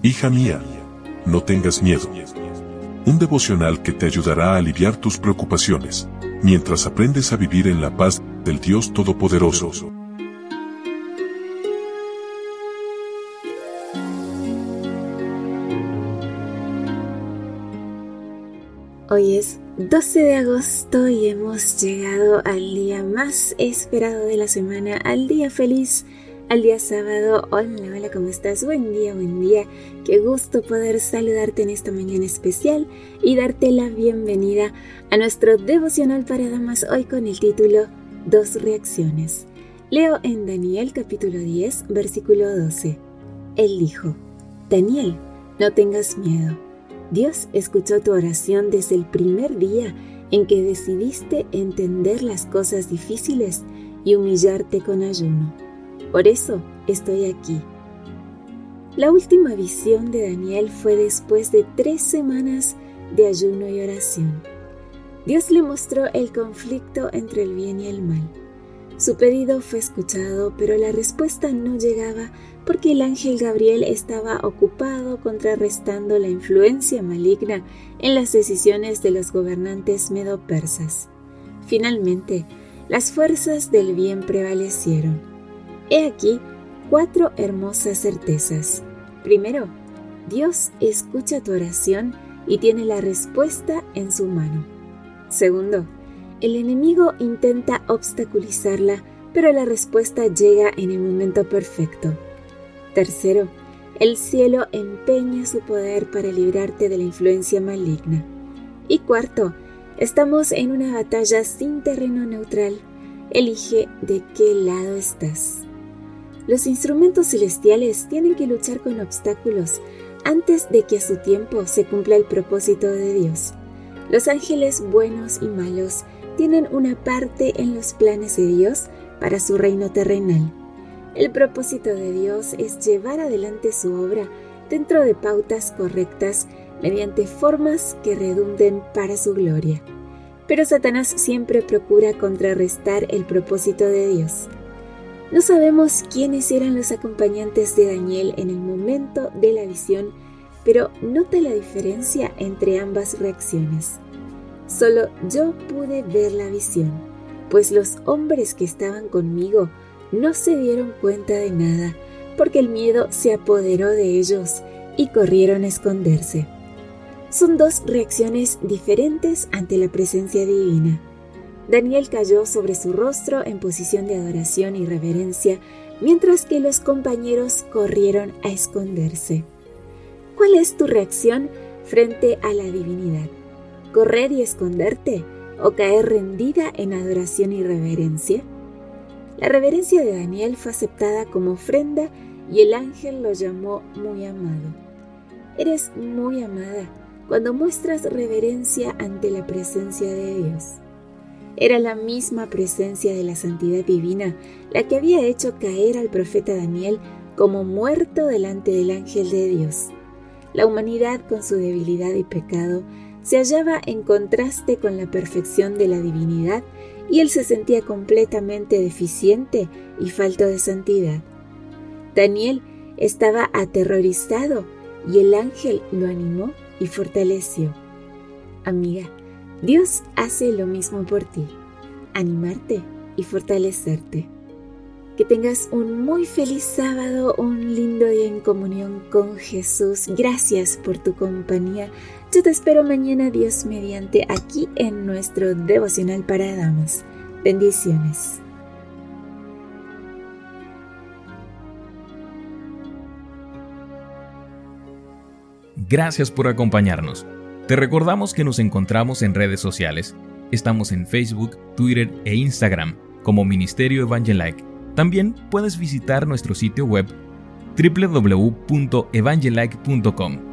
Hija mía, no tengas miedo. Un devocional que te ayudará a aliviar tus preocupaciones, mientras aprendes a vivir en la paz del Dios Todopoderoso. Hoy es 12 de agosto y hemos llegado al día más esperado de la semana, al día feliz, al día sábado. Hola, hola, ¿cómo estás? Buen día, buen día. Qué gusto poder saludarte en esta mañana especial y darte la bienvenida a nuestro devocional para damas, hoy con el título Dos reacciones. Leo en Daniel capítulo 10, versículo 12. Él dijo: Daniel, no tengas miedo. Dios escuchó tu oración desde el primer día en que decidiste entender las cosas difíciles y humillarte con ayuno. Por eso estoy aquí. La última visión de Daniel fue después de 3 semanas de ayuno y oración. Dios le mostró el conflicto entre el bien y el mal. Su pedido fue escuchado, pero la respuesta no llegaba porque el ángel Gabriel estaba ocupado contrarrestando la influencia maligna en las decisiones de los gobernantes medo-persas. Finalmente, las fuerzas del bien prevalecieron. He aquí 4 hermosas certezas. Primero, Dios escucha tu oración y tiene la respuesta en su mano. Segundo, el enemigo intenta obstaculizarla, pero la respuesta llega en el momento perfecto. Tercero, el cielo empeña su poder para librarte de la influencia maligna. Y cuarto, estamos en una batalla sin terreno neutral. Elige de qué lado estás. Los instrumentos celestiales tienen que luchar con obstáculos antes de que a su tiempo se cumpla el propósito de Dios. Los ángeles buenos y malos tienen una parte en los planes de Dios para su reino terrenal. El propósito de Dios es llevar adelante su obra dentro de pautas correctas mediante formas que redunden para su gloria. Pero Satanás siempre procura contrarrestar el propósito de Dios. No sabemos quiénes eran los acompañantes de Daniel en el momento de la visión, pero nota la diferencia entre ambas reacciones. Solo yo pude ver la visión, pues los hombres que estaban conmigo no se dieron cuenta de nada, porque el miedo se apoderó de ellos y corrieron a esconderse. Son 2 reacciones diferentes ante la presencia divina. Daniel cayó sobre su rostro en posición de adoración y reverencia, mientras que los compañeros corrieron a esconderse. ¿Cuál es tu reacción frente a la divinidad? ¿Correr y esconderte o caer rendida en adoración y reverencia? La reverencia de Daniel fue aceptada como ofrenda y el ángel lo llamó muy amado. Eres muy amada cuando muestras reverencia ante la presencia de Dios. Era la misma presencia de la santidad divina la que había hecho caer al profeta Daniel como muerto delante del ángel de Dios. La humanidad, con su debilidad y pecado, se hallaba en contraste con la perfección de la divinidad y él se sentía completamente deficiente y falto de santidad. Daniel estaba aterrorizado y el ángel lo animó y fortaleció. Amiga, Dios hace lo mismo por ti, animarte y fortalecerte. Que tengas un muy feliz sábado, un lindo día en comunión con Jesús. Gracias por tu compañía. Yo te espero mañana, Dios mediante, aquí en nuestro devocional para damas. Bendiciones. Gracias por acompañarnos. Te recordamos que nos encontramos en redes sociales. Estamos en Facebook, Twitter e Instagram como Ministerio Evangelike. También puedes visitar nuestro sitio web www.evangelike.com.